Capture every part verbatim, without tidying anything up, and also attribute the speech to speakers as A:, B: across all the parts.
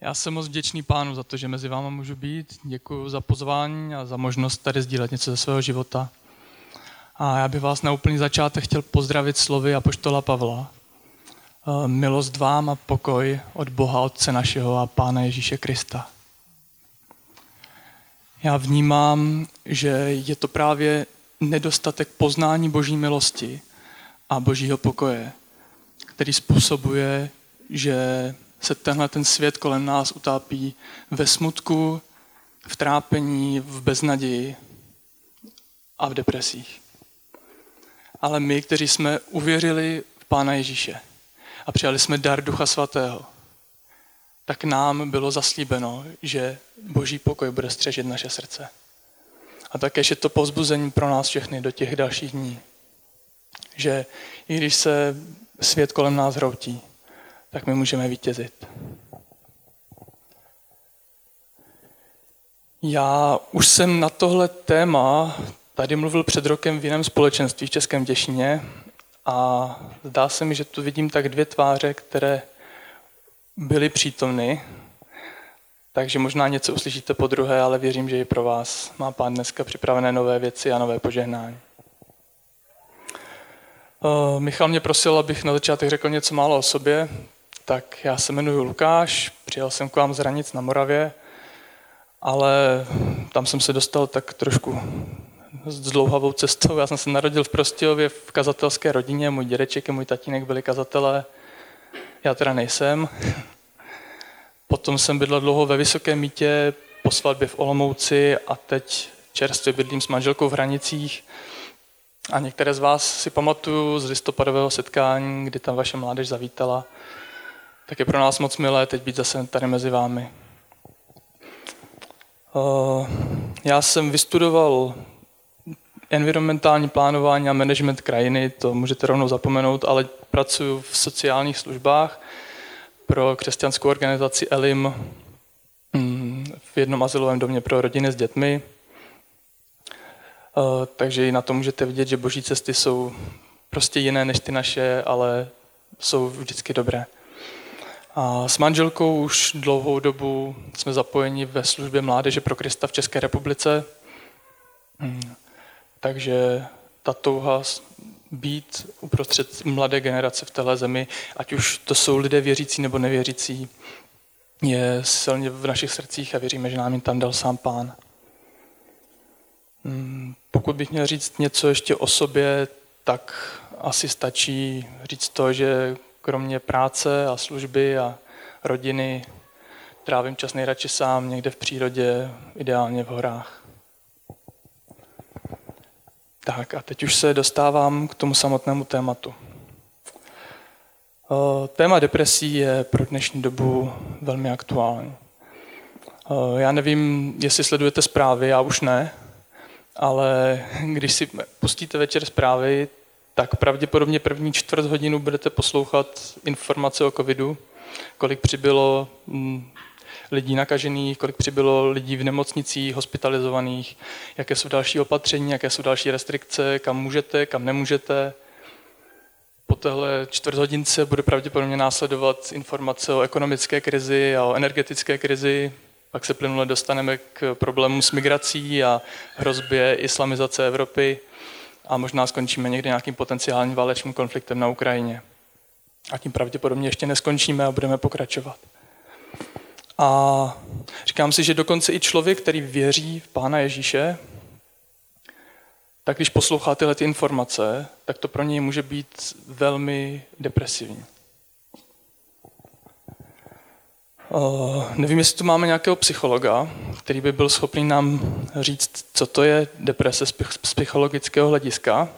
A: Já jsem moc vděčný Pánu za to, že mezi váma můžu být. Děkuji za pozvání a za možnost tady sdílet něco ze svého života. A já bych vás na úplný začátek chtěl pozdravit slovy apoštola Pavla. Milost vám a pokoj od Boha Otce našeho a Pána Ježíše Krista. Já vnímám, že je to právě nedostatek poznání Boží milosti a Božího pokoje, který způsobuje, že se tenhle ten svět kolem nás utápí ve smutku, v trápení, v beznaději a v depresích. Ale my, kteří jsme uvěřili v Pána Ježíše a přijali jsme dar Ducha Svatého, tak nám bylo zaslíbeno, že Boží pokoj bude střežit naše srdce. A také je to povzbuzení pro nás všechny do těch dalších dní. Že i když se svět kolem nás hroutí, tak my můžeme vítězit. Já už jsem na tohle téma tady mluvil před rokem v jiném společenství v Českém Těšíně a zdá se mi, že tu vidím tak dvě tváře, které byly přítomny, takže možná něco uslyšíte po druhé, ale věřím, že i pro vás má Pán dneska připravené nové věci a nové požehnání. Uh, Michal mě prosil, abych na začátek řekl něco málo o sobě, tak já se jmenuji Lukáš, přijel jsem k vám z Hranic na Moravě, ale tam jsem se dostal tak trošku s dlouhavou cestou. Já jsem se narodil v Prostějově v kazatelské rodině, můj dědeček a můj tatínek byli kazatelé, já teda nejsem. Potom jsem bydlel dlouho ve Vysokém Mýtě, po svatbě v Olomouci a teď čerstvě bydlím s manželkou v Hranicích. A některé z vás si pamatuju z listopadového setkání, kdy tam vaše mládež zavítala. Tak je pro nás moc milé teď být zase tady mezi vámi. Já jsem vystudoval environmentální plánování a management krajiny, to můžete rovnou zapomenout, ale pracuji v sociálních službách pro křesťanskou organizaci Elim v jednom azylovém domě pro rodiny s dětmi. Takže i na to můžete vidět, že Boží cesty jsou prostě jiné než ty naše, ale jsou vždycky dobré. A s manželkou už dlouhou dobu jsme zapojeni ve službě Mládeže pro Krista v České republice. Takže ta touha být uprostřed mladé generace v téhle zemi, ať už to jsou lidé věřící nebo nevěřící, je silně v našich srdcích a věříme, že nám ji tam dal sám Pán. Pokud bych měl říct něco ještě o sobě, tak asi stačí říct to, že kromě práce a služby a rodiny trávím čas nejradši sám někde v přírodě, ideálně v horách. Tak a teď už se dostávám k tomu samotnému tématu. Téma depresí je pro dnešní dobu velmi aktuální. Já nevím, jestli sledujete zprávy, já už ne, ale když si pustíte večer zprávy, tak pravděpodobně první čtvrt hodinu budete poslouchat informace o covidu, kolik přibylo lidí nakažených, kolik přibylo lidí v nemocnicích, hospitalizovaných, jaké jsou další opatření, jaké jsou další restrikce, kam můžete, kam nemůžete. Po téhle čtvrt hodince bude pravděpodobně následovat informace o ekonomické krizi a o energetické krizi. Pak se plynule dostaneme k problémům s migrací a hrozbě islamizace Evropy a možná skončíme někdy nějakým potenciálním válečným konfliktem na Ukrajině. A tím pravděpodobně ještě neskončíme a budeme pokračovat. A říkám si, že dokonce i člověk, který věří v Pána Ježíše, tak když poslouchá tyhle ty informace, tak to pro něj může být velmi depresivní. Uh, nevím, jestli tu máme nějakého psychologa, který by byl schopný nám říct, co to je deprese z psychologického hlediska.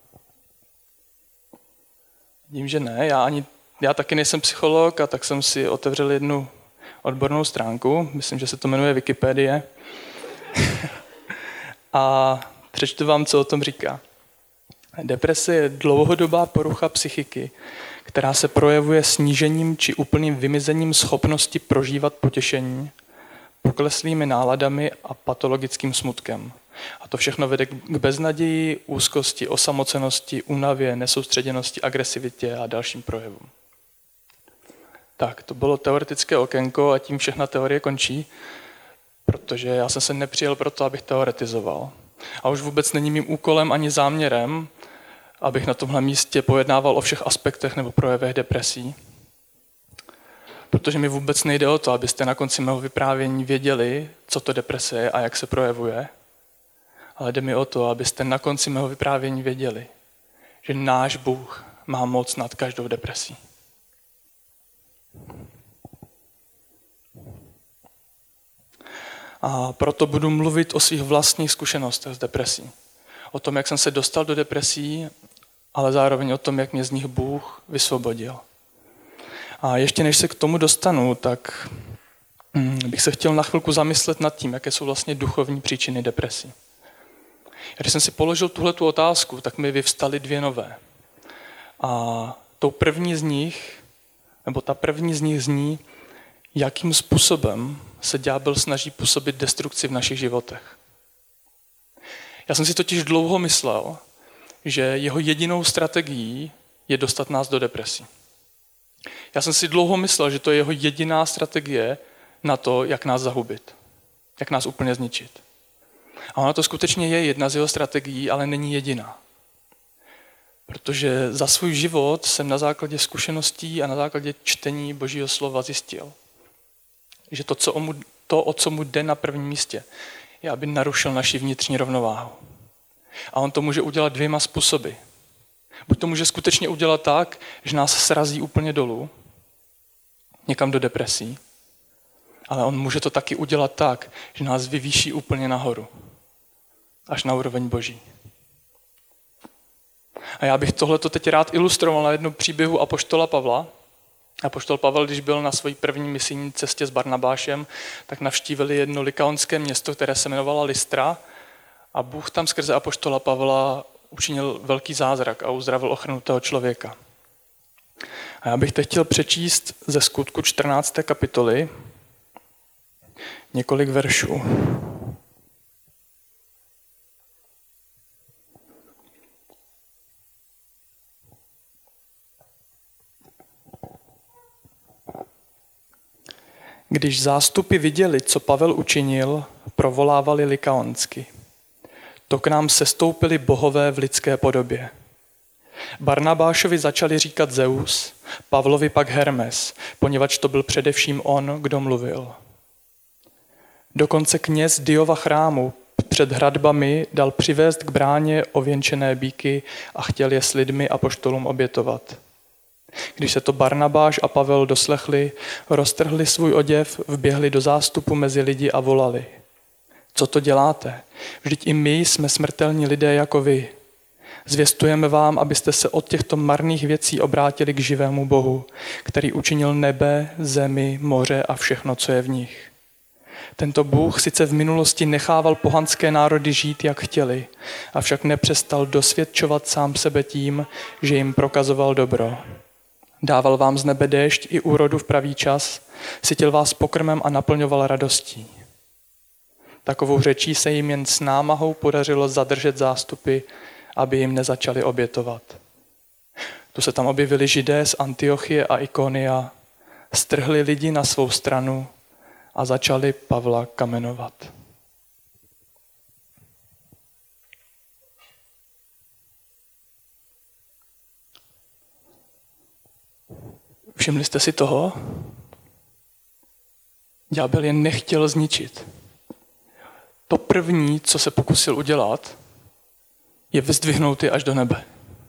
A: Vím, že ne, já, ani, já taky nejsem psycholog a tak jsem si otevřel jednu odbornou stránku, myslím, že se to jmenuje Wikipedie. A přečtu vám, co o tom říká. Deprese je dlouhodobá porucha psychiky, která se projevuje snížením či úplným vymizením schopnosti prožívat potěšení, pokleslými náladami a patologickým smutkem. A to všechno vede k beznaději, úzkosti, osamocenosti, únavě, nesoustředěnosti, agresivitě a dalším projevům. Tak, to bylo teoretické okénko a tím všechna teorie končí, protože já jsem se nepřijel proto, abych teoretizoval. A už vůbec není mým úkolem ani záměrem, abych na tomhle místě pojednával o všech aspektech nebo projevech depresí. Protože mi vůbec nejde o to, abyste na konci mého vyprávění věděli, co to deprese je a jak se projevuje. Ale jde mi o to, abyste na konci mého vyprávění věděli, že náš Bůh má moc nad každou depresí. A proto budu mluvit o svých vlastních zkušenostech s depresí. O tom, jak jsem se dostal do depresí, ale zároveň o tom, jak mě z nich Bůh vysvobodil. A ještě než se k tomu dostanu, tak bych se chtěl na chvilku zamyslet nad tím, jaké jsou vlastně duchovní příčiny depresí. Když jsem si položil tuhletu otázku, tak mi vyvstaly dvě nové. A tou první z nich, nebo ta první z nich zní, jakým způsobem se ďábel snaží působit destrukci v našich životech. Já jsem si totiž dlouho myslel, že jeho jedinou strategií je dostat nás do depresí. Já jsem si dlouho myslel, že to je jeho jediná strategie na to, jak nás zahubit, jak nás úplně zničit. A ona to skutečně je jedna z jeho strategií, ale není jediná. Protože za svůj život jsem na základě zkušeností a na základě čtení Božího slova zjistil, že to, co mu, to, o co mu jde na prvním místě, je, aby narušil naši vnitřní rovnováhu. A on to může udělat dvěma způsoby. Buď to může skutečně udělat tak, že nás srazí úplně dolů, někam do depresí, ale on může to taky udělat tak, že nás vyvýší úplně nahoru, až na úroveň Boží. A já bych tohleto teď rád ilustroval na jednom příběhu apoštola Pavla. Apoštol Pavel, když byl na své první misijní cestě s Barnabášem, tak navštívili jedno likaonské město, které se jmenovalo Lystra, a Bůh tam skrze apoštola Pavla učinil velký zázrak a uzdravil ochrnutého člověka. A já bych teď chtěl přečíst ze Skutku čtrnácté kapitoly několik veršů. Když zástupy viděli, co Pavel učinil, provolávali likaonsky. To k nám sestoupili bohové v lidské podobě. Barnabášovi začali říkat Zeus, Pavlovi pak Hermes, poněvadž to byl především on, kdo mluvil. Dokonce kněz Diova chrámu před hradbami dal přivést k bráně ověnčené býky a chtěl je s lidmi apoštolům obětovat. Když se to Barnabáš a Pavel doslechli, roztrhli svůj oděv, vběhli do zástupu mezi lidi a volali. Co to děláte? Vždyť i my jsme smrtelní lidé jako vy. Zvěstujeme vám, abyste se od těchto marných věcí obrátili k živému Bohu, který učinil nebe, zemi, moře a všechno, co je v nich. Tento Bůh sice v minulosti nechával pohanské národy žít, jak chtěli, avšak nepřestal dosvědčovat sám sebe tím, že jim prokazoval dobro. Dával vám z nebe déšť i úrodu v pravý čas, sytil vás pokrmem a naplňoval radostí. Takovou řečí se jim jen s námahou podařilo zadržet zástupy, aby jim nezačali obětovat. Tu se tam objevili Židé z Antiochie a Ikonia, strhli lidi na svou stranu a začali Pavla kamenovat. Všimli jste si toho? Ďábel je nechtěl zničit. To první, co se pokusil udělat, je vyzdvihnout je až do nebe.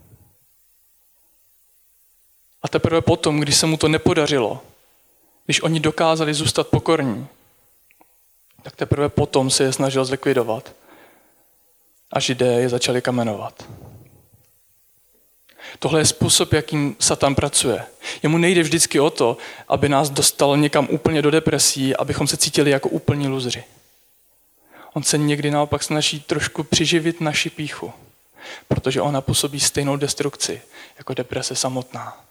A: A teprve potom, když se mu to nepodařilo, když oni dokázali zůstat pokorní, tak teprve potom se je snažil zlikvidovat. A Židé je začali kamenovat. Tohle je způsob, jakým Satan pracuje. Jemu nejde vždycky o to, aby nás dostal někam úplně do depresí, abychom se cítili jako úplní luzři. On se někdy naopak snaží trošku přiživit naši pýchu, protože ona působí stejnou destrukci jako deprese samotná.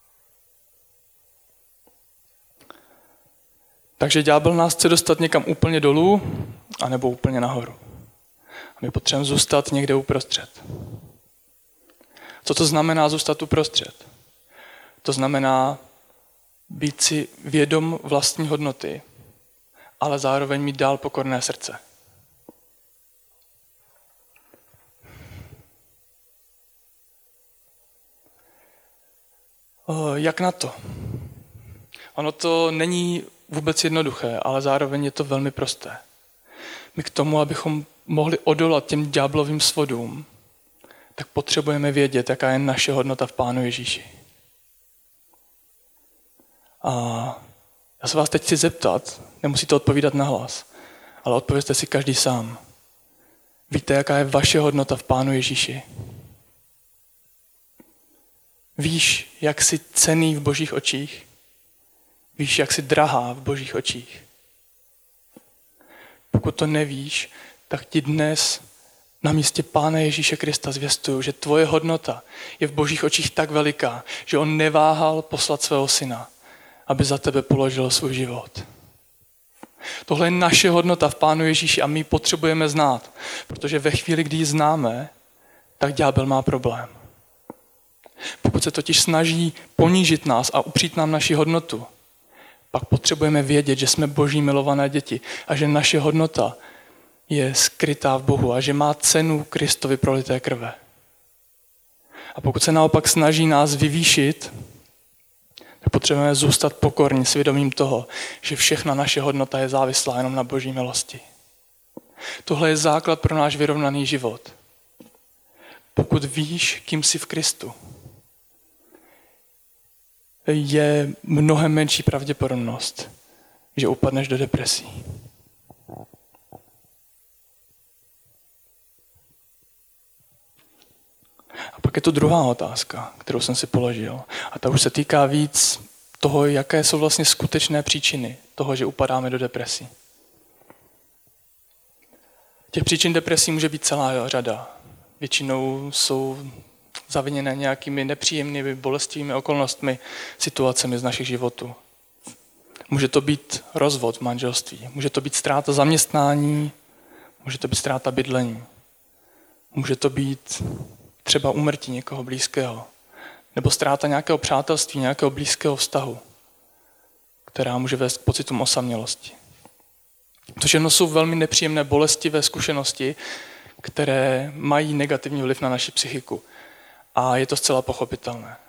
A: Takže ďábel nás chce dostat někam úplně dolů, anebo úplně nahoru. A my potřebujeme zůstat někde uprostřed. Co to znamená zůstat uprostřed? To znamená být si vědom vlastní hodnoty, ale zároveň mít dál pokorné srdce. Jak na to? Ono to není vůbec jednoduché, ale zároveň je to velmi prosté. My k tomu, abychom mohli odolat těm ďáblovým svodům, tak potřebujeme vědět, jaká je naše hodnota v Pánu Ježíši. A já se vás teď chci zeptat, nemusíte odpovídat nahlas, ale odpovězte si každý sám. Víte, jaká je vaše hodnota v Pánu Ježíši? Víš, jak jsi cenný v Božích očích? Víš, jak jsi drahá v Božích očích? Pokud to nevíš, tak ti dnes na místě Pána Ježíše Krista zvěstuju, že tvoje hodnota je v Božích očích tak veliká, že on neváhal poslat svého syna, aby za tebe položil svůj život. Tohle je naše hodnota v Pánu Ježíši a my ji potřebujeme znát, protože ve chvíli, kdy ji známe, tak ďábel má problém. Pokud se totiž snaží ponížit nás a upřít nám naši hodnotu, pak potřebujeme vědět, že jsme Boží milované děti a že naše hodnota je skrytá v Bohu a že má cenu Kristovi prolité krve. A pokud se naopak snaží nás vyvýšit, tak potřebujeme zůstat pokorní s vědomím toho, že všechna naše hodnota je závislá jenom na Boží milosti. Tohle je základ pro náš vyrovnaný život. Pokud víš, kým jsi v Kristu, je mnohem menší pravděpodobnost, že upadneš do depresí. A pak je to druhá otázka, kterou jsem si položil. A ta už se týká víc toho, jaké jsou vlastně skutečné příčiny toho, že upadáme do depresí. Těch příčin depresí může být celá řada. Většinou jsou zaviněné nějakými nepříjemnými, bolestivými okolnostmi, situacemi z našich životů. Může to být rozvod v manželství, může to být ztráta zaměstnání, může to být ztráta bydlení, může to být třeba úmrtí někoho blízkého, nebo ztráta nějakého přátelství, nějakého blízkého vztahu, která může vést k pocitům osamělosti. To všechno jsou velmi nepříjemné, bolestivé zkušenosti, které mají negativní vliv na naši psychiku. A je to zcela pochopitelné.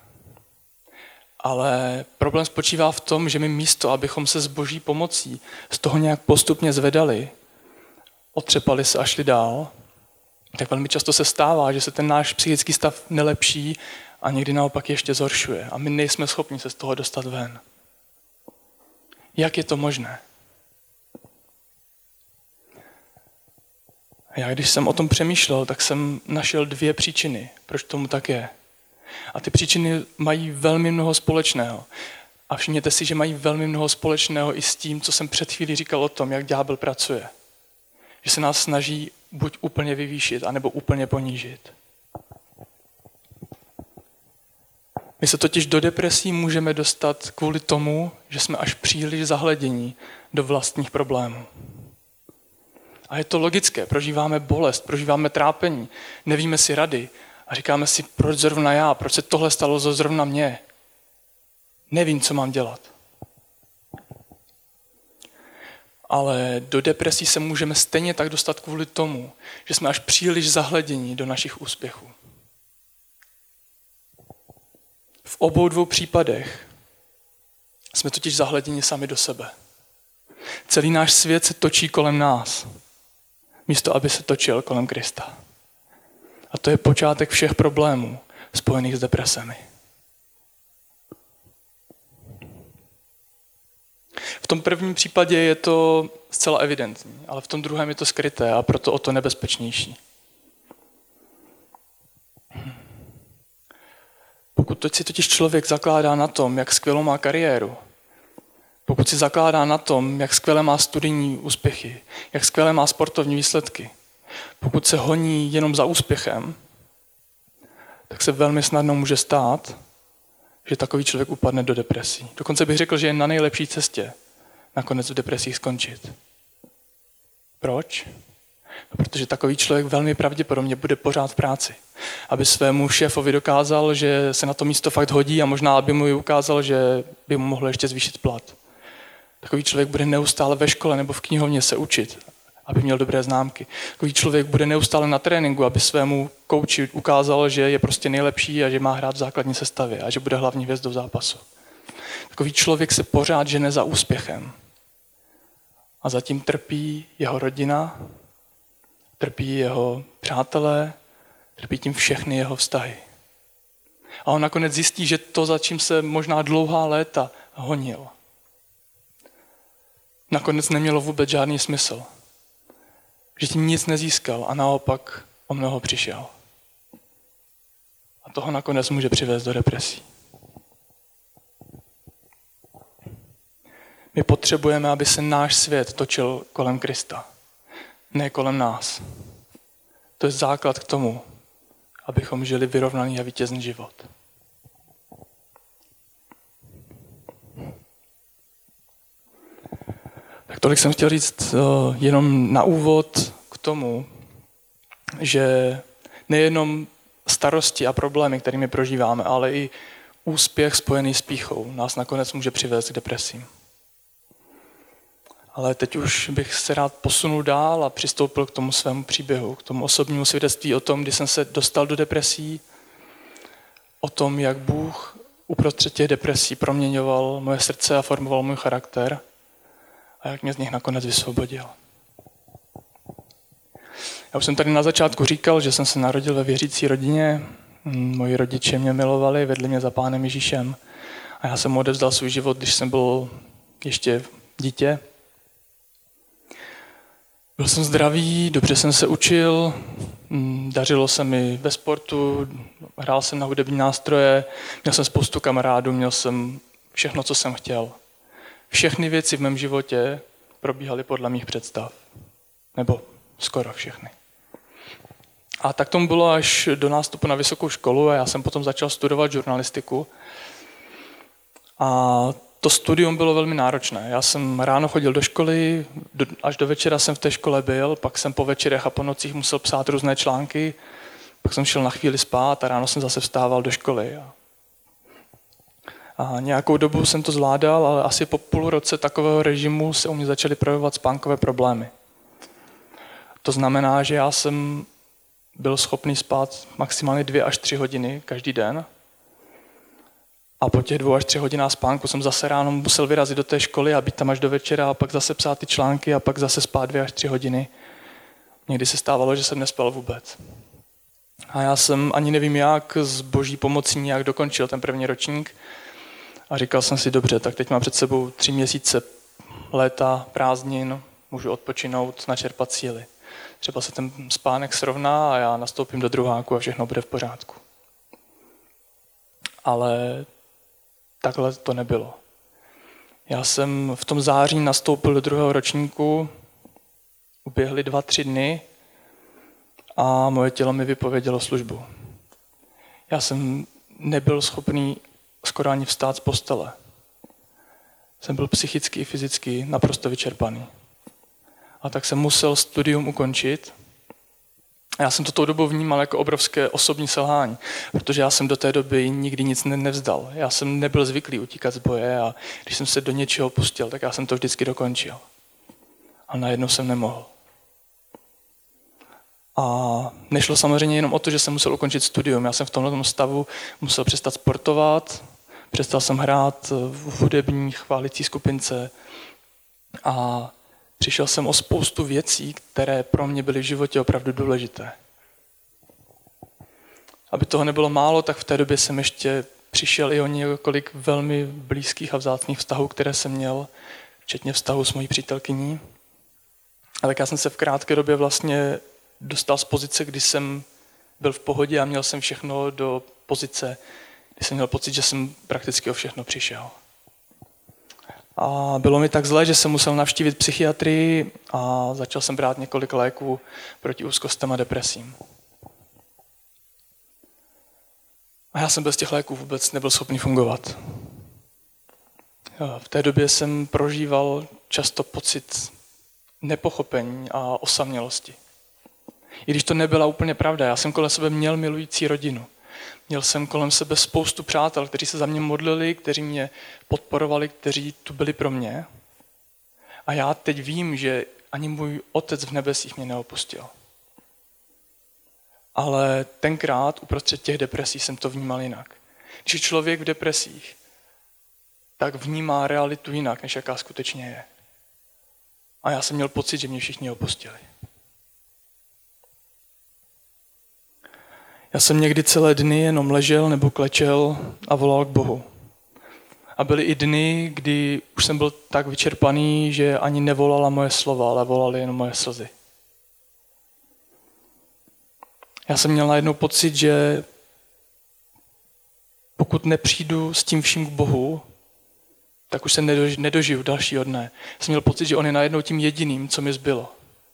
A: Ale problém spočívá v tom, že my místo, abychom se s Boží pomocí z toho nějak postupně zvedali, otřepali se a šli dál, tak velmi často se stává, že se ten náš psychický stav nelepší a někdy naopak ještě zhoršuje. A my nejsme schopni se z toho dostat ven. Jak je to možné? A já když jsem o tom přemýšlel, tak jsem našel dvě příčiny, proč tomu tak je. A ty příčiny mají velmi mnoho společného. A všimněte si, že mají velmi mnoho společného i s tím, co jsem před chvílí říkal o tom, jak ďábel pracuje. Že se nás snaží buď úplně vyvýšit, anebo úplně ponížit. My se totiž do depresí můžeme dostat kvůli tomu, že jsme až příliš zahledění do vlastních problémů. A je to logické, prožíváme bolest, prožíváme trápení, nevíme si rady a říkáme si, proč zrovna já, proč se tohle stalo zrovna mně. Nevím, co mám dělat. Ale do depresí se můžeme stejně tak dostat kvůli tomu, že jsme až příliš zahledění do našich úspěchů. V obou dvou případech jsme totiž zahleděni sami do sebe. Celý náš svět se točí kolem nás, místo aby se točil kolem Krista. A to je počátek všech problémů spojených s depresemi. V tom prvním případě je to zcela evidentní, ale v tom druhém je to skryté a proto o to nebezpečnější. Pokud si totiž člověk zakládá na tom, jak skvělou má kariéru, pokud si zakládá na tom, jak skvěle má studijní úspěchy, jak skvěle má sportovní výsledky, pokud se honí jenom za úspěchem, tak se velmi snadno může stát, že takový člověk upadne do depresí. Dokonce bych řekl, že je na nejlepší cestě nakonec v depresích skončit. Proč? No, protože takový člověk velmi pravděpodobně bude pořád v práci. Aby svému šéfovi dokázal, že se na to místo fakt hodí a možná aby mu i ukázal, že by mu mohl ještě zvýšit plat. Takový člověk bude neustále ve škole nebo v knihovně se učit, aby měl dobré známky. Takový člověk bude neustále na tréninku, aby svému kouči ukázal, že je prostě nejlepší a že má hrát v základní sestavě a že bude hlavní hvězdou zápasu. Takový člověk se pořád žene za úspěchem. A zatím trpí jeho rodina, trpí jeho přátelé, trpí tím všechny jeho vztahy. A on nakonec zjistí, že to, za čím se možná dlouhá léta honil, nakonec nemělo vůbec žádný smysl. Že tím nic nezískal a naopak o mnoho přišel. A toho nakonec může přivést do depresí. My potřebujeme, aby se náš svět točil kolem Krista, ne kolem nás. To je základ k tomu, abychom žili vyrovnaný a vítězný život. Tak tolik jsem chtěl říct uh, jenom na úvod k tomu, že nejenom starosti a problémy, kterými prožíváme, ale i úspěch spojený s pýchou nás nakonec může přivést k depresím. Ale teď už bych se rád posunul dál a přistoupil k tomu svému příběhu, k tomu osobnímu svědectví o tom, kdy jsem se dostal do depresí, o tom, jak Bůh uprostřed těch depresí proměňoval moje srdce a formoval můj charakter a jak mě z nich nakonec vysvobodil. Já už jsem tady na začátku říkal, že jsem se narodil ve věřící rodině, moji rodiče mě milovali, vedli mě za Pánem Ježíšem a já jsem mu odevzdal svůj život, když jsem byl ještě dítě. Byl jsem zdravý, dobře jsem se učil, dařilo se mi ve sportu, hrál jsem na hudební nástroje, měl jsem spoustu kamarádů, měl jsem všechno, co jsem chtěl. Všechny věci v mém životě probíhaly podle mých představ. Nebo skoro všechny. A tak tomu bylo až do nástupu na vysokou školu a já jsem potom začal studovat žurnalistiku. A to studium bylo velmi náročné. Já jsem ráno chodil do školy, do, až do večera jsem v té škole byl, pak jsem po večerech a po nocích musel psát různé články, pak jsem šel na chvíli spát a ráno jsem zase vstával do školy. A, a nějakou dobu jsem to zvládal, ale asi po půl roce takového režimu se u mě začaly projevovat spánkové problémy. To znamená, že já jsem byl schopný spát maximálně dvě až tři hodiny každý den. A po těch dvou až tři hodinách spánku jsem zase ráno musel vyrazit do té školy a být tam až do večera a pak zase psát ty články a pak zase spát dvě až tři hodiny. Někdy se stávalo, že jsem nespal vůbec. A já jsem ani nevím jak s boží pomocí nějak dokončil ten první ročník a říkal jsem si, dobře, tak teď mám před sebou tři měsíce léta, prázdnin, můžu odpočinout, načerpat síly. Třeba se ten spánek srovná a já nastoupím do druháku a všechno bude v pořádku. Ale takhle to nebylo. Já jsem v tom září nastoupil do druhého ročníku, uběhly dva, tři dny a moje tělo mi vypovědělo službu. Já jsem nebyl schopný skoro ani vstát z postele. Jsem byl psychicky i fyzicky naprosto vyčerpaný. A tak jsem musel studium ukončit. A já jsem to tou dobou vnímal jako obrovské osobní selhání, protože já jsem do té doby nikdy nic nevzdal. Já jsem nebyl zvyklý utíkat z boje a když jsem se do něčeho pustil, tak já jsem to vždycky dokončil. A najednou jsem nemohl. A nešlo samozřejmě jenom o to, že jsem musel ukončit studium. Já jsem v tomhle stavu musel přestat sportovat, přestal jsem hrát v hudební chválicí skupince a přišel jsem o spoustu věcí, které pro mě byly v životě opravdu důležité. Aby toho nebylo málo, tak v té době jsem ještě přišel i o několik velmi blízkých a vzácných vztahů, které jsem měl, včetně vztahu s mojí přítelkyní. A tak já jsem se v krátké době vlastně dostal z pozice, kdy jsem byl v pohodě a měl jsem všechno do pozice, kdy jsem měl pocit, že jsem prakticky o všechno přišel. A bylo mi tak zle, že jsem musel navštívit psychiatrii a začal jsem brát několik léků proti úzkostem a depresím. A já jsem bez těch léků vůbec nebyl schopný fungovat. V té době jsem prožíval často pocit nepochopení a osamělosti. I když to nebyla úplně pravda, já jsem kolem sebe měl milující rodinu. Měl jsem kolem sebe spoustu přátel, kteří se za mě modlili, kteří mě podporovali, kteří tu byli pro mě. A já teď vím, že ani můj Otec v nebesích mě neopustil. Ale tenkrát uprostřed těch depresí jsem to vnímal jinak. Když je člověk v depresích, tak vnímá realitu jinak, než jaká skutečně je. A já jsem měl pocit, že mě všichni opustili. Já jsem někdy celé dny jenom ležel nebo klečel a volal k Bohu. A byly i dny, kdy už jsem byl tak vyčerpaný, že ani nevolala moje slova, ale volaly jen moje slzy. Já jsem měl najednou pocit, že pokud nepřijdu s tím vším k Bohu, tak už se nedožiju dalšího dne. Já jsem měl pocit, že on je najednou tím jediným, co mi zbylo.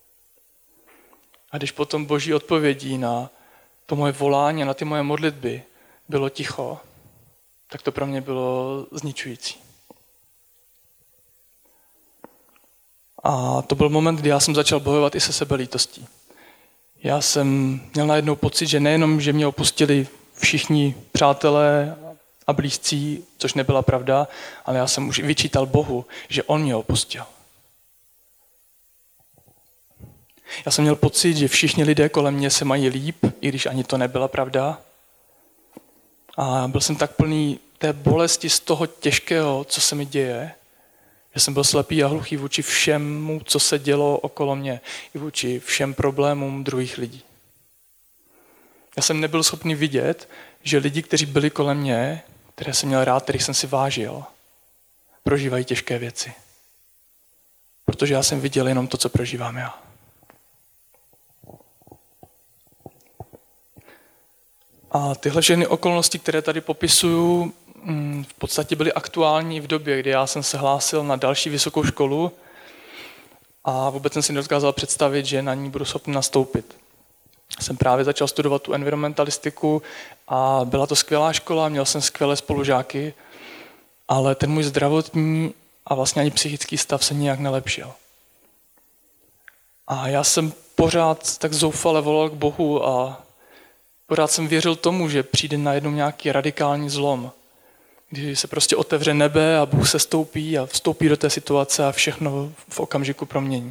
A: A když potom Boží odpovědí na to moje volání, na ty moje modlitby bylo ticho, tak to pro mě bylo zničující. A to byl moment, kdy já jsem začal bojovat i se sebelítostí. Já jsem měl najednou pocit, že nejenom, že mě opustili všichni přátelé a blízcí, což nebyla pravda, ale já jsem už vyčítal Bohu, že on mě opustil. Já jsem měl pocit, že všichni lidé kolem mě se mají líp, i když ani to nebyla pravda. A byl jsem tak plný té bolesti z toho těžkého, co se mi děje, že jsem byl slepý a hluchý vůči všemu, co se dělo okolo mě, i vůči všem problémům druhých lidí. Já jsem nebyl schopný vidět, že lidi, kteří byli kolem mě, které jsem měl rád, kterých jsem si vážil, prožívají těžké věci. Protože já jsem viděl jenom to, co prožívám já. A tyhle všechny okolnosti, které tady popisuju, v podstatě byly aktuální v době, kdy já jsem se hlásil na další vysokou školu a vůbec jsem si nedokázal představit, že na ní budu schopný nastoupit. Jsem právě začal studovat tu environmentalistiku a byla to skvělá škola, měl jsem skvělé spolužáky, ale ten můj zdravotní a vlastně ani psychický stav se nijak nelepšil. A já jsem pořád tak zoufale volal k Bohu a pořád jsem věřil tomu, že přijde najednou nějaký radikální zlom, kdy se prostě otevře nebe a Bůh se stoupí a vstoupí do té situace a všechno v okamžiku promění.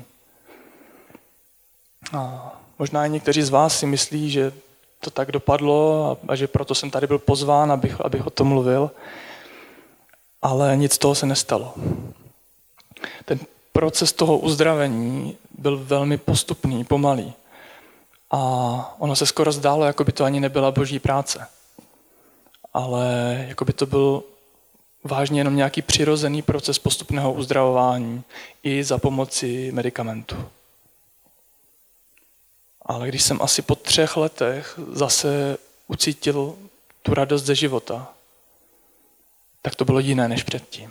A: A možná i někteří z vás si myslí, že to tak dopadlo a, a že proto jsem tady byl pozván, abych, abych o tom mluvil, ale nic z toho se nestalo. Ten proces toho uzdravení byl velmi postupný, pomalý. A ono se skoro zdálo, jako by to ani nebyla boží práce. Ale jako by to byl vážně jenom nějaký přirozený proces postupného uzdravování i za pomoci medicamentu. Ale když jsem asi po třech letech zase ucítil tu radost ze života, tak to bylo jiné než předtím.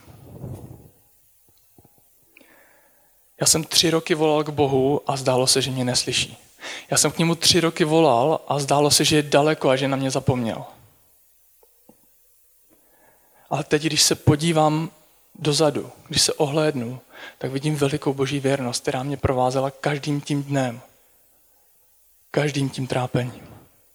A: Já jsem tři roky volal k Bohu a zdálo se, že mě neslyší. Já jsem k němu tři roky volal a zdálo se, že je daleko a že na mě zapomněl. Ale teď, když se podívám dozadu, když se ohlédnu, tak vidím velikou boží věrnost, která mě provázela každým tím dnem. Každým tím trápením.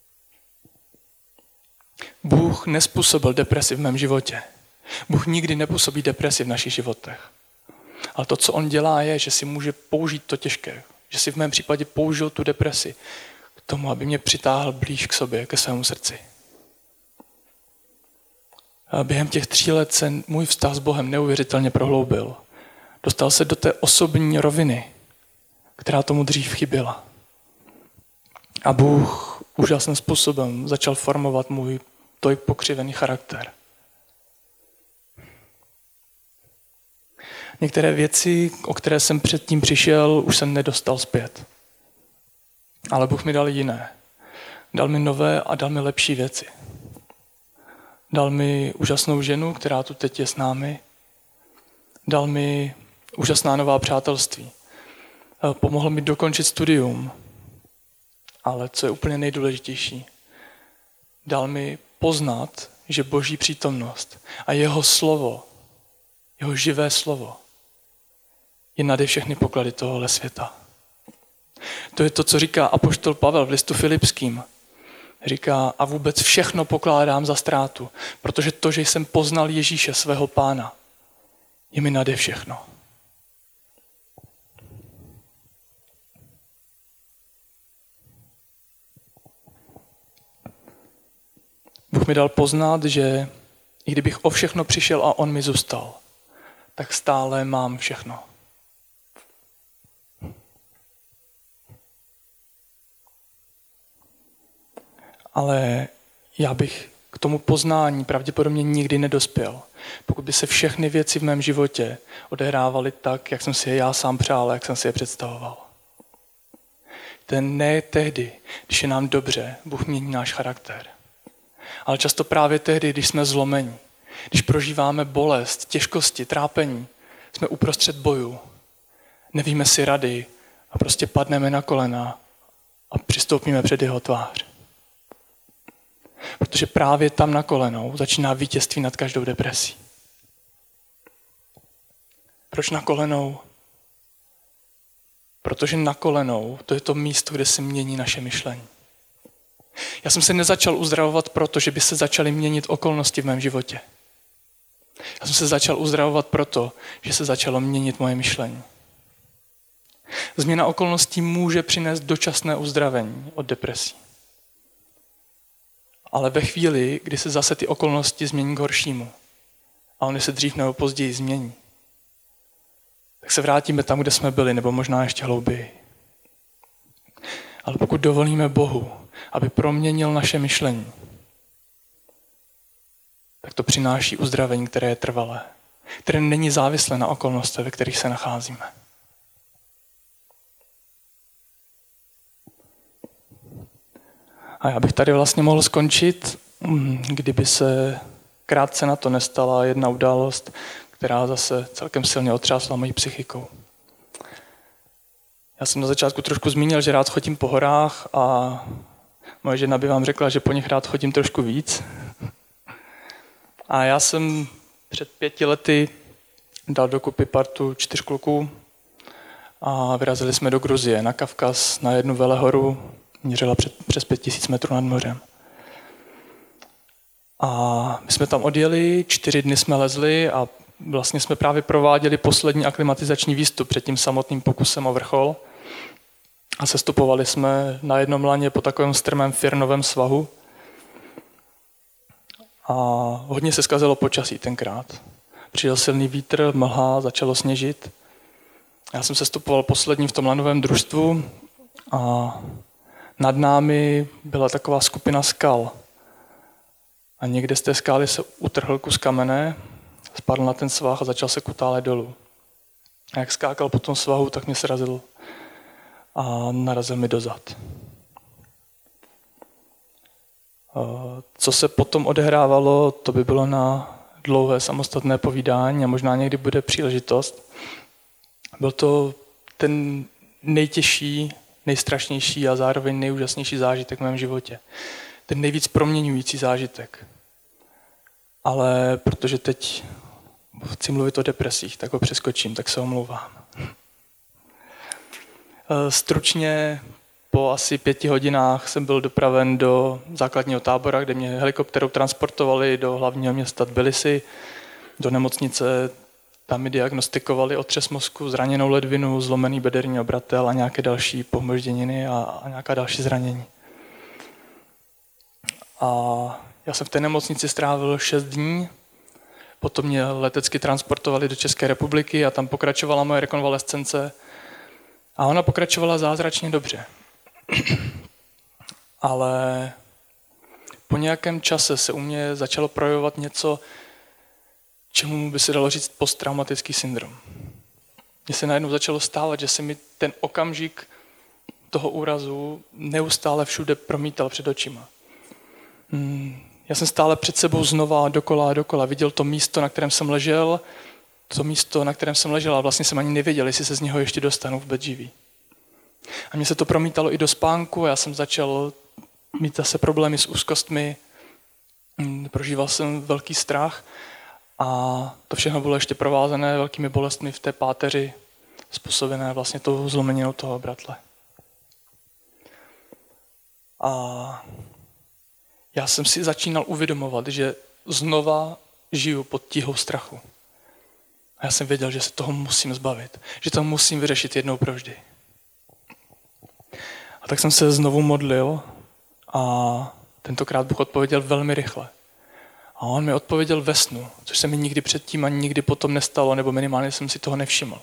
A: Bůh nezpůsobil depresi v mém životě. Bůh nikdy nepůsobí depresi v našich životech. Ale to, co on dělá, je, že si může použít to těžké. Že si v mém případě použil tu depresi k tomu, aby mě přitáhl blíž k sobě, ke svému srdci. A během těch tří let se můj vztah s Bohem neuvěřitelně prohloubil. Dostal se do té osobní roviny, která tomu dřív chyběla. A Bůh úžasným způsobem začal formovat můj tolik pokřivený charakter. Některé věci, o které jsem předtím přišel, už jsem nedostal zpět. Ale Bůh mi dal jiné. Dal mi nové a dal mi lepší věci. Dal mi úžasnou ženu, která tu teď je s námi. Dal mi úžasná nová přátelství. Pomohl mi dokončit studium. Ale co je úplně nejdůležitější, dal mi poznat, že Boží přítomnost a jeho slovo, jeho živé slovo je nade všechny poklady tohohle světa. To je to, co říká apoštol Pavel v listu Filipským. Říká, a vůbec všechno pokládám za ztrátu, protože to, že jsem poznal Ježíše, svého Pána, je mi nade všechno. Bůh mi dal poznat, že i kdybych o všechno přišel a on mi zůstal, tak stále mám všechno. Ale já bych k tomu poznání pravděpodobně nikdy nedospěl, pokud by se všechny věci v mém životě odehrávaly tak, jak jsem si je já sám přál, jak jsem si je představoval. Ten ne tehdy, když je nám dobře, Bůh mění náš charakter. Ale často právě tehdy, když jsme zlomeni, když prožíváme bolest, těžkosti, trápení, jsme uprostřed boju, nevíme si rady a prostě padneme na kolena a přistoupíme před jeho tvář. Protože právě tam na kolenou začíná vítězství nad každou depresí. Proč na kolenou? Protože na kolenou to je to místo, kde se mění naše myšlení. Já jsem se nezačal uzdravovat proto, že by se začaly měnit okolnosti v mém životě. Já jsem se začal uzdravovat proto, že se začalo měnit moje myšlení. Změna okolností může přinést dočasné uzdravení od depresí. Ale ve chvíli, kdy se zase ty okolnosti změní k horšímu, a oni se dřív nebo později změní, tak se vrátíme tam, kde jsme byli, nebo možná ještě hlouběji. Ale pokud dovolíme Bohu, aby proměnil naše myšlení, tak to přináší uzdravení, které je trvalé, které není závislé na okolnostech, ve kterých se nacházíme. A já bych tady vlastně mohl skončit, kdyby se krátce na to nestala jedna událost, která zase celkem silně otřásla mojí psychikou. Já jsem na začátku trošku zmínil, že rád chodím po horách a moje žena by vám řekla, že po nich rád chodím trošku víc. A já jsem před pěti lety dal dokupy partu čtyř kluků a vyrazili jsme do Gruzie, na Kavkaz, na jednu velehoru, měřila před, přes pět tisíc metrů nad mořem. A my jsme tam odjeli, čtyři dny jsme lezli a vlastně jsme právě prováděli poslední aklimatizační výstup před tím samotným pokusem o vrchol. A sestupovali jsme na jednom laně po takovém strmém firnovém svahu. A hodně se zkazilo počasí tenkrát. Přijel silný vítr, mlha, začalo sněžit. Já jsem sestupoval poslední v tom lanovém družstvu a nad námi byla taková skupina skal. A někde z té skály se utrhl kus kamene, spadl na ten svah a začal se kutálet dolů. A jak skákal po tom svahu, tak mě srazil a narazil mi do zad. Co se potom odehrávalo, to by bylo na dlouhé samostatné povídání a možná někdy bude příležitost. Byl to ten nejtěžší, nejstrašnější a zároveň nejúžasnější zážitek v mém životě. Ten nejvíc proměňující zážitek. Ale protože teď chci mluvit o depresích, tak ho přeskočím, tak se omlouvám. Stručně po asi pěti hodinách jsem byl dopraven do základního tábora, kde mě helikopterou transportovali do hlavního města Tbilisi, do nemocnice. Tam mi diagnostikovali otřes mozku, zraněnou ledvinu, zlomený bederní obratel a nějaké další pohmožděniny a, a nějaká další zranění. A já jsem v té nemocnici strávil šest dní, potom mě letecky transportovali do České republiky a tam pokračovala moje rekonvalescence. A ona pokračovala zázračně dobře. Ale po nějakém čase se u mě začalo projevovat něco, čemu by se dalo říct posttraumatický syndrom. Mně se najednou začalo stávat, že se mi ten okamžik toho úrazu neustále všude promítal před očima. Já jsem stále před sebou znova dokola a dokola viděl to místo, na kterém jsem ležel, to místo, na kterém jsem ležel a vlastně jsem ani nevěděl, jestli se z něho ještě dostanu vůbec živý. A mně se to promítalo i do spánku a já jsem začal mít zase problémy s úzkostmi, prožíval jsem velký strach a to všechno bylo ještě provázené velkými bolestmi v té páteři, způsobené vlastně tou zlomeninou toho bratle. A já jsem si začínal uvědomovat, že znova žiju pod tíhou strachu. A já jsem věděl, že se toho musím zbavit, že to musím vyřešit jednou provždy. A tak jsem se znovu modlil a tentokrát Bůh odpověděl velmi rychle. A on mi odpověděl ve snu, což se mi nikdy předtím ani nikdy potom nestalo, nebo minimálně jsem si toho nevšiml.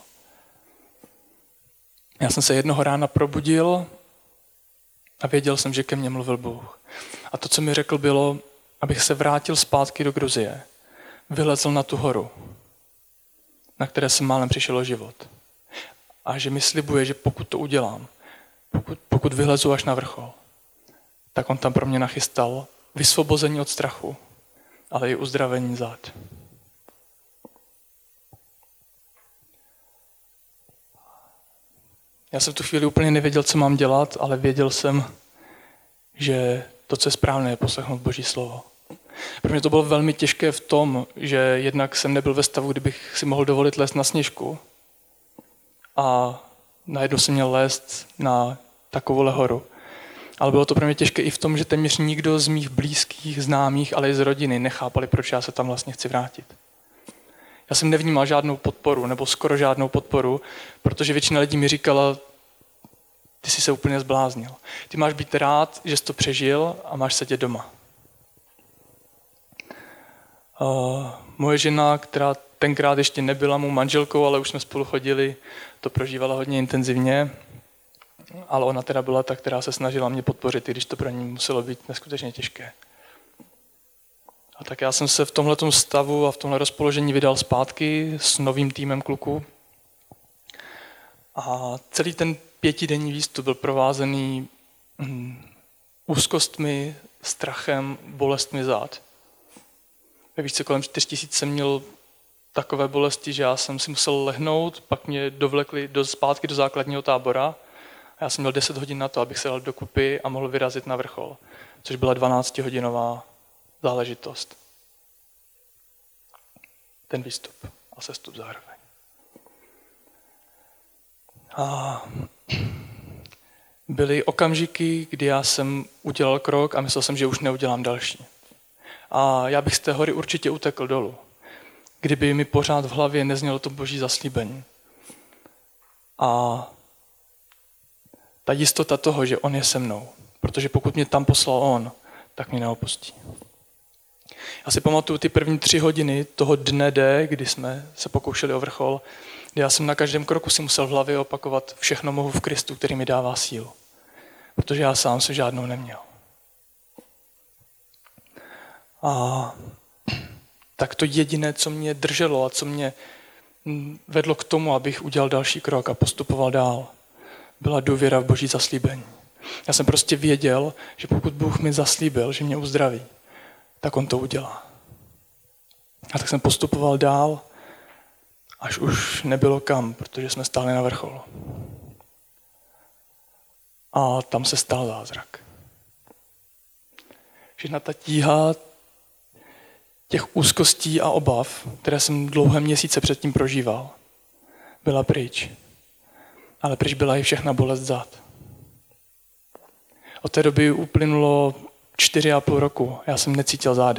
A: Já jsem se jednoho rána probudil a věděl jsem, že ke mně mluvil Bůh. A to, co mi řekl, bylo, abych se vrátil zpátky do Gruzie. Vylezl na tu horu, na které jsem málem přišel o život. A že mi slibuje, že pokud to udělám, pokud, pokud vylezu až na vrchol, tak on tam pro mě nachystal vysvobození od strachu, ale i uzdravení zad. Já jsem v tu chvíli úplně nevěděl, co mám dělat, ale věděl jsem, že to, co je správné, je poslechnout Boží slovo. Pro mě to bylo velmi těžké v tom, že jednak jsem nebyl ve stavu, kdybych si mohl dovolit lézt na sněžku a najednou jsem měl lézt na takovouhle horu. Ale bylo to pro mě těžké i v tom, že téměř nikdo z mých blízkých, známých, ale i z rodiny nechápali, proč já se tam vlastně chci vrátit. Já jsem nevnímal žádnou podporu, nebo skoro žádnou podporu, protože většina lidí mi říkala, ty jsi se úplně zbláznil. Ty máš být rád, že jsi to přežil a máš sedět doma. Uh, moje žena, která tenkrát ještě nebyla mou manželkou, ale už jsme spolu chodili, to prožívala hodně intenzivně, ale ona teda byla ta, která se snažila mě podpořit, i když to pro ní muselo být neskutečně těžké. A tak já jsem se v tomhletom stavu a v tomhle rozpoložení vydal zpátky s novým týmem kluků. A celý ten pětidenní výstup byl provázený hm, úzkostmi, strachem, bolestmi zad. Ve výšce kolem čtyři tisíce jsem měl takové bolesti, že já jsem si musel lehnout, pak mě dovlekli do, zpátky do základního tábora. A já jsem měl deset hodin na to, abych se dal dokupy a mohl vyrazit na vrchol, což byla dvanáctihodinová záležitost. Ten výstup a sestup zároveň. A byly okamžiky, kdy já jsem udělal krok a myslel jsem, že už neudělám další. A já bych z té hory určitě utekl dolů, kdyby mi pořád v hlavě neznělo to Boží zaslíbení. A ta jistota toho, že on je se mnou, protože pokud mě tam poslal on, tak mě neopustí. Já si pamatuju ty první tři hodiny toho dne D, kdy jsme se pokoušeli o vrchol, kdy já jsem na každém kroku si musel v hlavě opakovat všechno mohu v Kristu, který mi dává sílu. Protože já sám se žádnou neměl. A tak to jediné, co mě drželo a co mě vedlo k tomu, abych udělal další krok a postupoval dál, byla důvěra v Boží zaslíbení. Já jsem prostě věděl, že pokud Bůh mi zaslíbil, že mě uzdraví, tak on to udělá. A tak jsem postupoval dál, až už nebylo kam, protože jsme stáli na vrcholu. A tam se stal zázrak. Všechna ta tíha těch úzkostí a obav, které jsem dlouhé měsíce předtím prožíval, byla pryč. Ale pryč byla i všechna bolest zad. Od té doby uplynulo čtyři a půl roku. Já jsem necítil záda.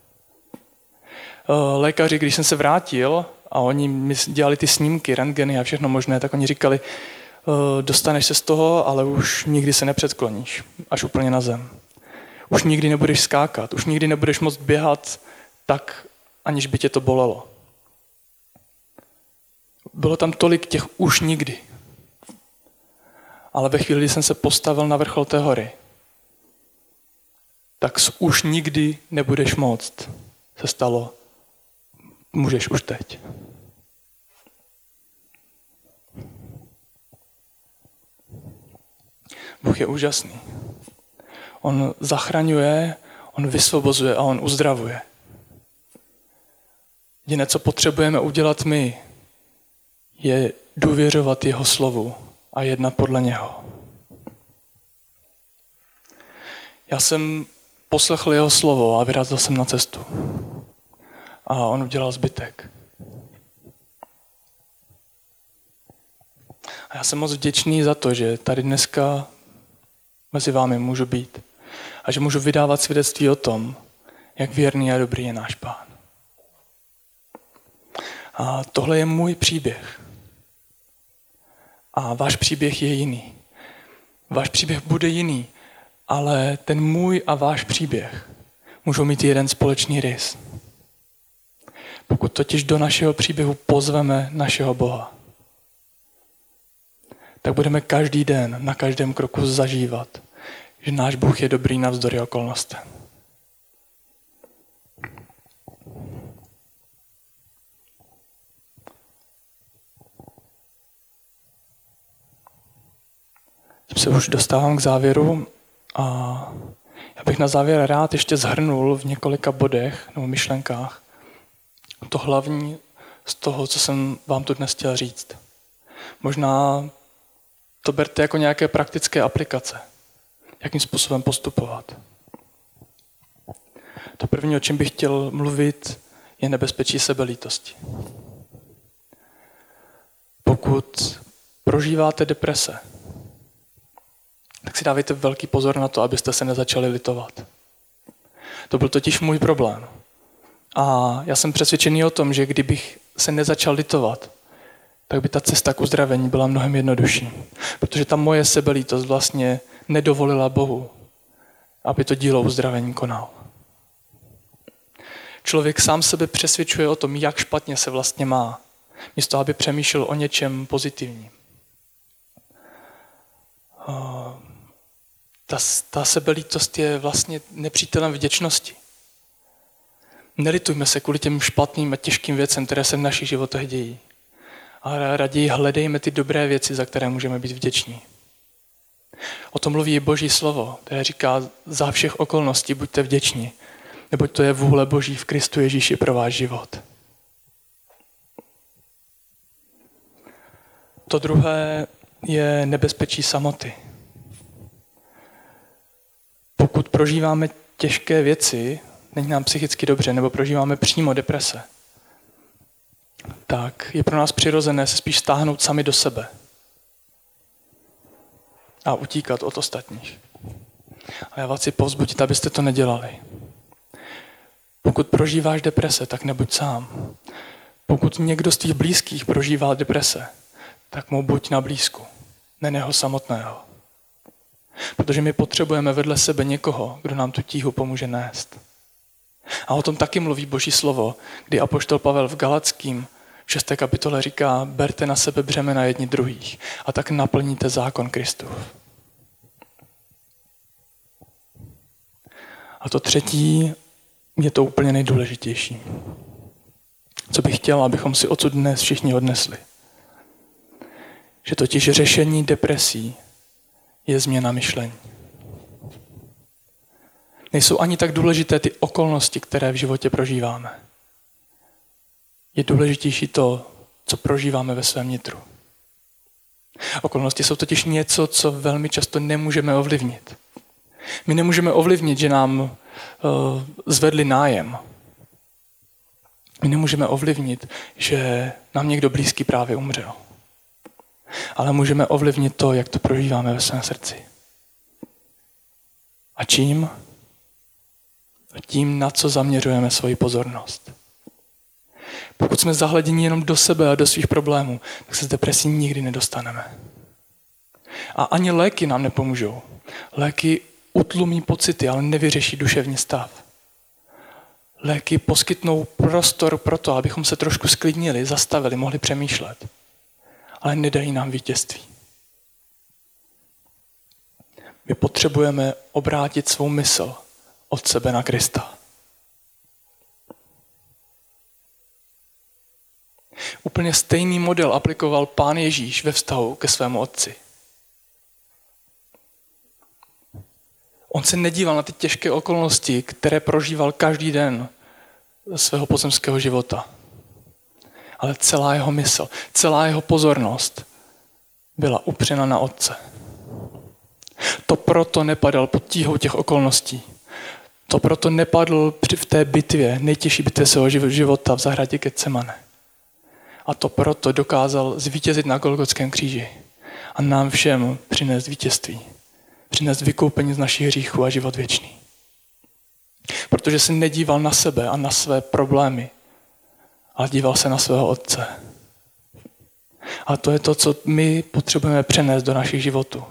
A: Lékaři, když jsem se vrátil a oni mi dělali ty snímky, rentgeny a všechno možné, tak oni říkali, dostaneš se z toho, ale už nikdy se nepředkloníš, až úplně na zem. Už nikdy nebudeš skákat, už nikdy nebudeš moct běhat tak, aniž by tě to bolelo. Bylo tam tolik těch už nikdy. Ale ve chvíli, kdy jsem se postavil na vrchol té hory, tak už nikdy nebudeš moct se stalo, můžeš už teď. Bůh je úžasný. On zachraňuje, on vysvobozuje a on uzdravuje. Jediné, co potřebujeme udělat my, je důvěřovat jeho slovu a jednat podle něho. Já jsem poslechl jeho slovo a vyrazil jsem na cestu. A on udělal zbytek. A já jsem moc vděčný za to, že tady dneska mezi vámi můžu být a že můžu vydávat svědectví o tom, jak věrný a dobrý je náš Pán. A tohle je můj příběh. A váš příběh je jiný. Váš příběh bude jiný, ale ten můj a váš příběh můžou mít jeden společný rys. Pokud totiž do našeho příběhu pozveme našeho Boha, tak budeme každý den, na každém kroku zažívat, že náš Bůh je dobrý navzdory okolnostem. Tím se už dostávám k závěru a já bych na závěr rád ještě shrnul v několika bodech nebo myšlenkách to hlavní z toho, co jsem vám tu dnes chtěl říct. Možná to berte jako nějaké praktické aplikace. Jakým způsobem postupovat. To první, o čem bych chtěl mluvit, je nebezpečí sebelítosti. Pokud prožíváte deprese, tak si dávejte velký pozor na to, abyste se nezačali litovat. To byl totiž můj problém. A já jsem přesvědčený o tom, že kdybych se nezačal litovat, tak by ta cesta k uzdravení byla mnohem jednodušší. Protože ta moje sebelítost vlastně nedovolila Bohu, aby to dílo uzdravení konal. Člověk sám sebe přesvědčuje o tom, jak špatně se vlastně má, místo aby přemýšlel o něčem pozitivním. Ta, ta sebelítost je vlastně nepřítelem vděčnosti. Nelitujme se kvůli těm špatným a těžkým věcem, které se v našich životech dějí. A raději hledejme ty dobré věci, za které můžeme být vděční. O tom mluví i Boží slovo, které říká, za všech okolností buďte vděční, neboť to je vůle Boží v Kristu Ježíši pro váš život. To druhé je nebezpečí samoty. Pokud prožíváme těžké věci, není nám psychicky dobře, nebo prožíváme přímo deprese, tak je pro nás přirozené se spíš stáhnout sami do sebe a utíkat od ostatních. A já vás chci povzbudit, abyste to nedělali. Pokud prožíváš deprese, tak nebuď sám. Pokud někdo z tvých blízkých prožívá deprese, tak mu buď na blízku, ne neho samotného. Protože my potřebujeme vedle sebe někoho, kdo nám tu tíhu pomůže nést. A o tom taky mluví Boží slovo, kdy apoštol Pavel v Galackým v šesté kapitole říká, berte na sebe břemena jedni druhých a tak naplníte zákon Kristův. A to třetí je to úplně nejdůležitější. Co bych chtěl, abychom si odsud dnes všichni odnesli. Že totiž řešení depresí je změna myšlení. Nejsou ani tak důležité ty okolnosti, které v životě prožíváme. Je důležitější to, co prožíváme ve svém nitru. Okolnosti jsou totiž něco, co velmi často nemůžeme ovlivnit. My nemůžeme ovlivnit, že nám uh, zvedli nájem. My nemůžeme ovlivnit, že nám někdo blízký právě umřel. Ale můžeme ovlivnit to, jak to prožíváme ve svém srdci. A čím? Tím, na co zaměřujeme svoji pozornost. Pokud jsme zahleděni jenom do sebe a do svých problémů, tak se z depresí nikdy nedostaneme. A ani léky nám nepomůžou. Léky utlumí pocity, ale nevyřeší duševní stav. Léky poskytnou prostor pro to, abychom se trošku sklidnili, zastavili, mohli přemýšlet. Ale nedají nám vítězství. My potřebujeme obrátit svou mysl od sebe na Krista. Úplně stejný model aplikoval Pán Ježíš ve vztahu ke svému otci. On se nedíval na ty těžké okolnosti, které prožíval každý den svého pozemského života. Ale celá jeho mysl, celá jeho pozornost byla upřena na otce. To proto nepadal pod tíhou těch okolností. To proto nepadl v té bitvě, nejtěžší bitvě svého života v zahradě Getsemane. A to proto dokázal zvítězit na Golgotském kříži a nám všem přinést vítězství přinést vykoupení z našich hříchů a život věčný. Protože se nedíval na sebe a na své problémy, ale díval se na svého Otce. A to je to, co my potřebujeme přenést do našich životů.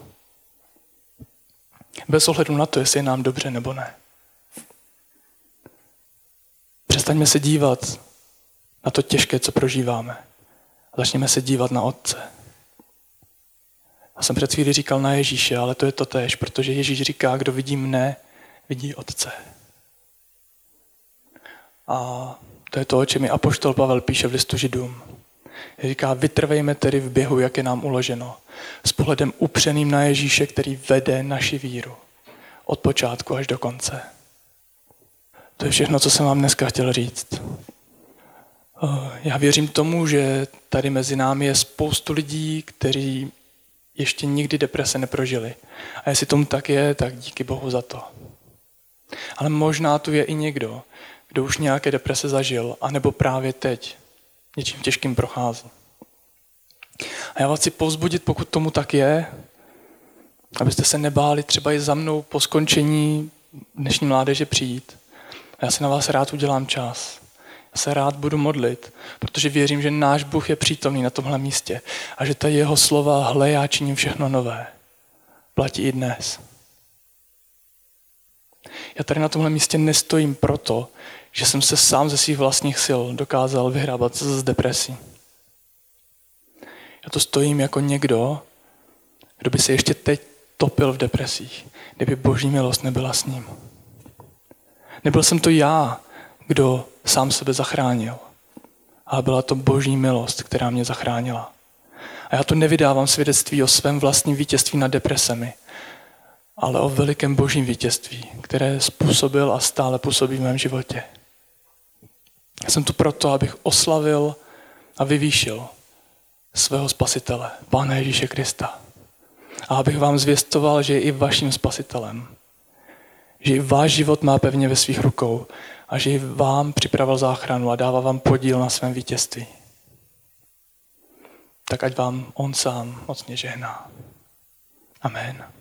A: Bez ohledu na to, jestli je nám dobře nebo ne. Přestaňme se dívat na to těžké, co prožíváme. A začněme se dívat na Otce. Já jsem před chvíli říkal na Ježíše, ale to je to též, protože Ježíš říká, kdo vidí mne, vidí Otce. A to je to, o čem mi apoštol Pavel píše v listu Židům. Říká, vytrvejme tedy v běhu, jak je nám uloženo, s pohledem upřeným na Ježíše, který vede naši víru od počátku až do konce. To je všechno, co jsem vám dneska chtěl říct. Já věřím tomu, že tady mezi námi je spoustu lidí, kteří ještě nikdy deprese neprožili. A jestli tomu tak je, tak díky Bohu za to. Ale možná tu je i někdo, kdo už nějaké deprese zažil, anebo právě teď něčím těžkým prochází. A já vás chci povzbudit, pokud tomu tak je, abyste se nebáli třeba i za mnou po skončení dnešní mládeže přijít. A já si na vás rád udělám čas. Já se rád budu modlit, protože věřím, že náš Bůh je přítomný na tomhle místě a že ta jeho slova, hle, já činím všechno nové, platí i dnes. Já tady na tomhle místě nestojím proto, že jsem se sám ze svých vlastních sil dokázal vyhrábat z depresí. Já to stojím jako někdo, kdo by se ještě teď topil v depresích, kdyby Boží milost nebyla s ním. Nebyl jsem to já, kdo sám sebe zachránil, ale byla to Boží milost, která mě zachránila. A já to nevydávám svědectví o svém vlastním vítězství nad depresemi, ale o velikém Božím vítězství, které způsobil a stále působí v mém životě. Já jsem tu proto, abych oslavil a vyvýšil svého spasitele, Pána Ježíše Krista. A abych vám zvěstoval, že je i vaším spasitelem. Že i váš život má pevně ve svých rukou a že i vám připravil záchranu a dává vám podíl na svém vítězství. Tak ať vám on sám mocně žehná. Amen.